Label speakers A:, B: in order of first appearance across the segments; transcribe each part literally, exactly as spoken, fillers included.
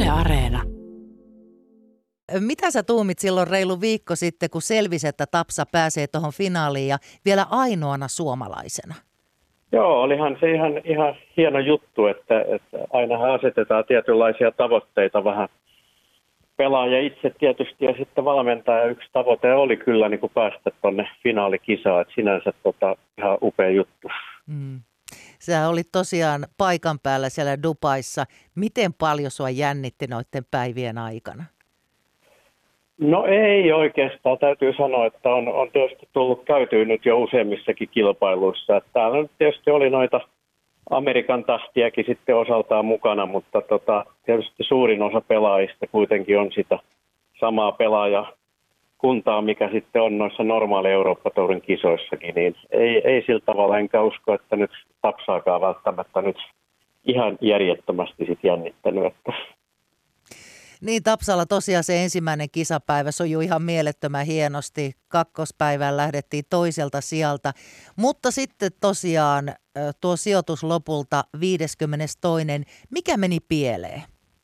A: Areena.
B: Mitä sä tuumit silloin reilu viikko sitten, kun selvisi, että Tapsa pääsee tuohon finaaliin ja vielä ainoana suomalaisena?
C: Joo, olihan se ihan, ihan hieno juttu, että, että ainahan asetetaan tietynlaisia tavoitteita vähän. Pelaaja itse tietysti ja sitten valmentaja. Yksi tavoite oli kyllä niin kuin päästä tuonne finaalikisaan, että sinänsä tota, ihan upea juttu.
B: Mm. Sä olit tosiaan paikan päällä siellä Dubaissa. Miten paljon sua jännitti noiden päivien aikana?
C: No ei oikeastaan. Täytyy sanoa, että on, on tietysti tullut käytyä nyt jo useammissakin kilpailuissa. Että täällä nyt tietysti oli noita Amerikan tahtiakin sitten osaltaan mukana, mutta tota, tietysti suurin osa pelaajista kuitenkin on sitä samaa pelaajakuntaa, mikä sitten on noissa normaali Eurooppa-tourin kisoissakin, niin ei, ei sillä tavalla enkä usko, että nyt Tapsaakaan välttämättä nyt ihan järjettömästi sitten jännittänyt. Että.
B: Niin, Tapsalla tosiaan se ensimmäinen kisapäivä sujui ihan mielettömän hienosti. Kakkospäivään lähdettiin toiselta sieltä, mutta sitten tosiaan tuo sijoitus lopulta viideskymmenestoinen. Mikä meni pieleen?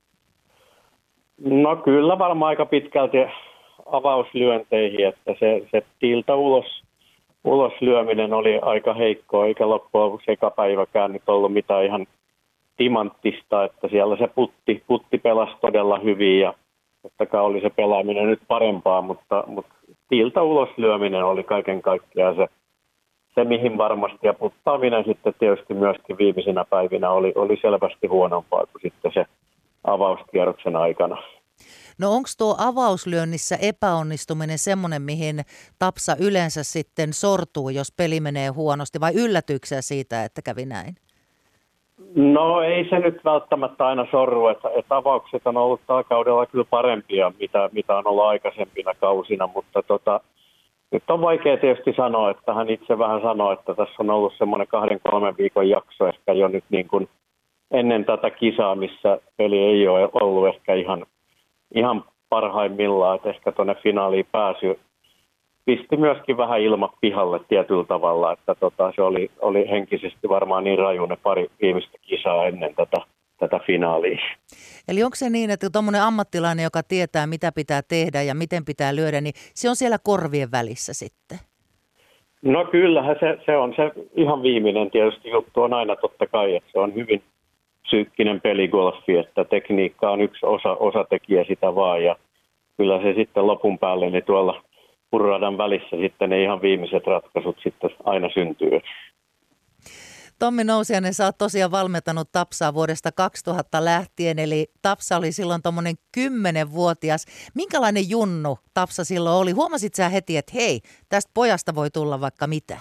C: No kyllä varmaan aika pitkälti avauslyönteihin, että se, se tilta ulos, ulos lyöminen oli aika heikkoa, eikä loppujen lopuksi eka päiväkään nyt ollut mitään ihan timanttista, että siellä se putti, putti pelasi todella hyvin ja totta kai oli se pelaaminen nyt parempaa, mutta, mutta tilta ulos lyöminen oli kaiken kaikkiaan se, se mihin varmasti, ja puttaaminen sitten tietysti myöskin viimeisinä päivinä oli, oli selvästi huonompaa kuin sitten se avauskierroksen aikana.
B: No onko tuo avauslyönnissä epäonnistuminen semmoinen, mihin Tapsa yleensä sitten sortuu, jos peli menee huonosti, vai yllätyksiä siitä, että kävi näin?
C: No ei se nyt välttämättä aina sorru, että, että avaukset on ollut tällä kaudella kyllä parempia, mitä, mitä on ollut aikaisempina kausina, mutta tota, nyt on vaikea tietysti sanoa, että hän itse vähän sanoo, että tässä on ollut semmoinen kahden kolmen viikon jakso ehkä jo nyt niin kuin ennen tätä kisaa, missä peli ei ole ollut ehkä ihan, ihan parhaimmillaan, että ehkä tuonne finaaliin pääsy pisti myöskin vähän ilma pihalle tietyllä tavalla, että tota, se oli, oli henkisesti varmaan niin raju ne pari viimeistä kisaa ennen tätä, tätä finaalia.
B: Eli onko se niin, että tuommoinen ammattilainen, joka tietää mitä pitää tehdä ja miten pitää lyödä, niin se on siellä korvien välissä sitten?
C: No kyllähän se, se on se ihan viimeinen tietysti juttu on aina totta kai, että se on hyvin psyykkinen peligolfi, että tekniikka on yksi osa, osatekijä sitä vaan ja kyllä se sitten lopun päälle niin tuolla purradan välissä sitten ne ihan viimeiset ratkaisut sitten aina syntyy.
B: Tommi Nousiainen, sä oot tosiaan valmentanut Tapsaa vuodesta kaksituhatta lähtien, eli Tapsa oli silloin tommonen kymmenvuotias. Minkälainen junnu Tapsa silloin oli? Huomasit sä heti, että hei, tästä pojasta voi tulla vaikka mitä?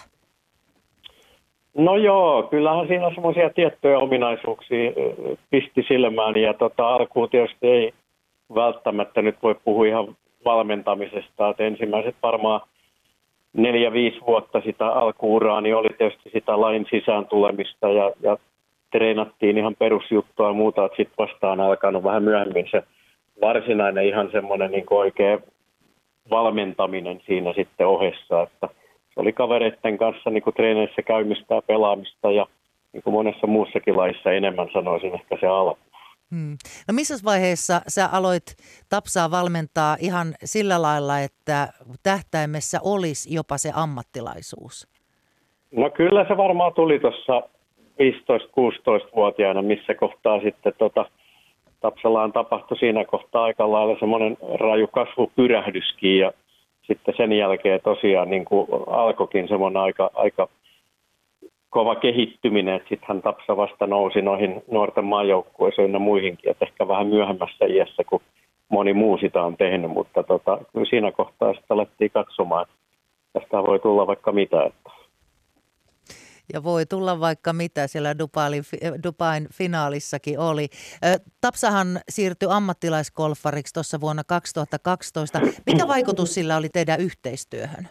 C: No joo, kyllähän siinä on semmoisia tiettyjä ominaisuuksia pisti silmään ja tota, alkuun tietysti ei välttämättä nyt voi puhua ihan valmentamisesta, että ensimmäiset varmaan neljä, viisi vuotta sitä alkuuraa, niin oli tietysti sitä lain sisään tulemista ja, ja treenattiin ihan perusjuttua ja muuta, että sitten vastaan alkanut vähän myöhemmin se varsinainen ihan semmoinen niin kuin oikea valmentaminen siinä sitten ohessa, että se oli kavereiden kanssa niin kuin treeneissä käymistä ja pelaamista ja niin kuin monessa muussakin laissa enemmän sanoisin ehkä se alku.
B: Hmm. No missä vaiheessa sä aloit Tapsaa valmentaa ihan sillä lailla, että tähtäimessä olisi jopa se ammattilaisuus?
C: No kyllä se varmaan tuli tuossa viisitoista-kuusitoista-vuotiaana, missä kohtaa sitten tota, Tapsalaan tapahtui siinä kohtaa aika lailla semmoinen raju kasvupyrähdyskin ja sitten sen jälkeen tosiaan niin kuin alkoikin semmoinen aika, aika kova kehittyminen, että sittenhän Tapsa vasta nousi noihin nuorten maajoukkueisiin ja muihinkin, että ehkä vähän myöhemmässä iässä, kun moni muu sitä on tehnyt, mutta tota, kyllä siinä kohtaa sitten alettiin katsomaan, että tästä voi tulla vaikka mitä. Että.
B: Ja voi tulla vaikka mitä, siellä Dubain, Dubain finaalissakin oli. Tapsahan siirtyi ammattilaisgolfariksi tuossa vuonna kaksituhattakaksitoista. Mikä vaikutus sillä oli teidän yhteistyöhön?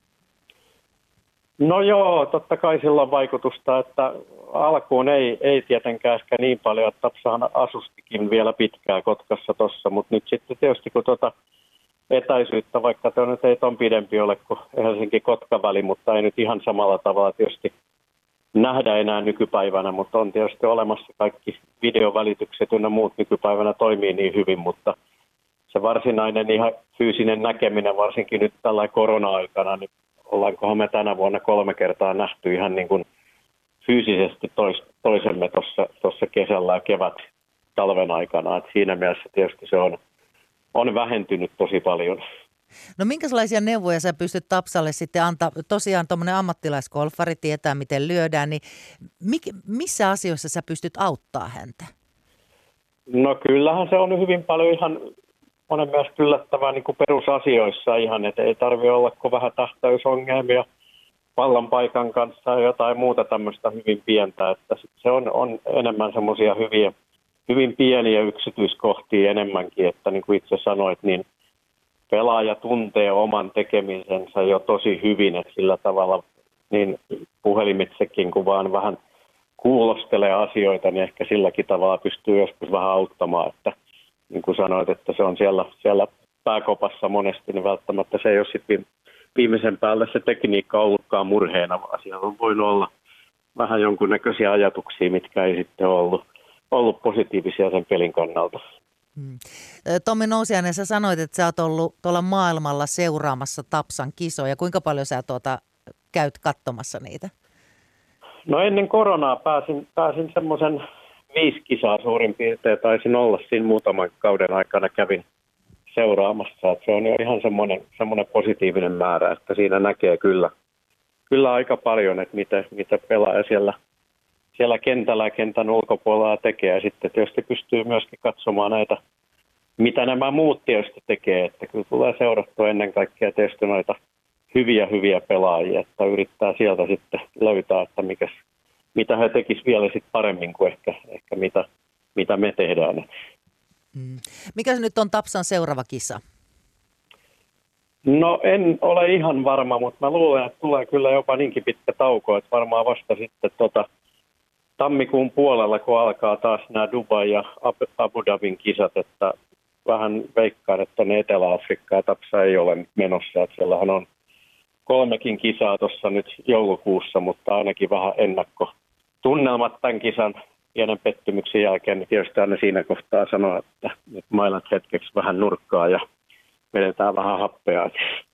C: No joo, totta kai sillä on vaikutusta, että alkuun ei, ei tietenkään ehkä niin paljon, että Tapsahan asustikin vielä pitkään Kotkassa tuossa, mutta nyt sitten tietysti kun tuota etäisyyttä, vaikka tuo nyt ei ton pidempi ole kuin Helsinki-Kotka-väli, mutta ei nyt ihan samalla tavalla tietysti nähdä enää nykypäivänä, mutta on tietysti olemassa kaikki videovälitykset ynnä muut nykypäivänä toimii niin hyvin, mutta se varsinainen ihan fyysinen näkeminen, varsinkin nyt tällä korona-aikana, niin ollaankohan me tänä vuonna kolme kertaa nähty ihan niin kuin fyysisesti tois, toisemme tuossa kesällä ja kevät talven aikana. Et siinä mielessä tietysti se on, on vähentynyt tosi paljon.
B: No minkälaisia neuvoja sä pystyt Tapsalle sitten antaa? Tosiaan tuommoinen ammattilaisgolfari tietää, miten lyödään, niin mik, missä asioissa sä pystyt auttaa häntä?
C: No kyllähän se on hyvin paljon ihan monen mielestä yllättävää niin kuin perusasioissa ihan, että ei tarvitse olla kuin vähän tähtäysongelmia pallon paikan kanssa ja jotain muuta tämmöistä hyvin pientä, että se on, on enemmän semmoisia hyviä, hyvin pieniä yksityiskohtia enemmänkin, että niin kuin itse sanoit, niin pelaaja tuntee oman tekemisensä jo tosi hyvin, että sillä tavalla niin puhelimitsekin, kun vaan vähän kuulostelee asioita, niin ehkä silläkin tavalla pystyy joskus vähän auttamaan, että niin kuin sanoit, että se on siellä, siellä pääkopassa monesti, niin välttämättä se ei ole sitten viimeisen päälle se tekniikka ollutkaan murheena, vaan siellä on voinut olla vähän jonkunnäköisiä ajatuksia, mitkä ei sitten ollut, ollut positiivisia sen pelin kannalta.
B: Hmm. Tommi Nousiainen, sä sanoit, että sä oot ollut tuolla maailmalla seuraamassa Tapsan kisoja. Kuinka paljon sä tuota käyt katsomassa niitä?
C: No ennen koronaa pääsin, pääsin semmoisen viisi kisaa suurin piirtein. Taisin olla siinä muutaman kauden aikana kävin seuraamassa. Että se on jo ihan semmoinen, semmoinen positiivinen määrä, että siinä näkee kyllä, kyllä aika paljon, että mitä, mitä pelaaja siellä, siellä kentällä ja kentän ulkopuolella tekee. Ja sitten tietysti pystyy myöskin katsomaan näitä, mitä nämä muut tietysti tekee. Että kyllä tulee seurattua ennen kaikkea tietysti noita hyviä, hyviä pelaajia, että yrittää sieltä sitten löytää, että mikäs, mitä he tekisivät vielä sitten paremmin kuin ehkä, ehkä mitä, mitä me tehdään.
B: Hmm. Mikä se nyt on Tapsan seuraava kisa?
C: No en ole ihan varma, mutta mä luulen, että tulee kyllä jopa niinkin pitkä tauko, että varmaan vasta sitten tota, tammikuun puolella, kun alkaa taas nämä Dubai ja Abu Dhabin kisat, että vähän veikkaan, että ne Etelä-Afrikkaa Tapsa ei ole menossa, että siellähän on kolmekin kisaa tuossa nyt joulukuussa, mutta ainakin vähän ennakkotunnelmat tämän kisan pienen pettymyksen jälkeen, niin tietysti aina siinä kohtaa sanoa, että nyt mailat hetkeksi vähän nurkkaa ja vedetään vähän happea.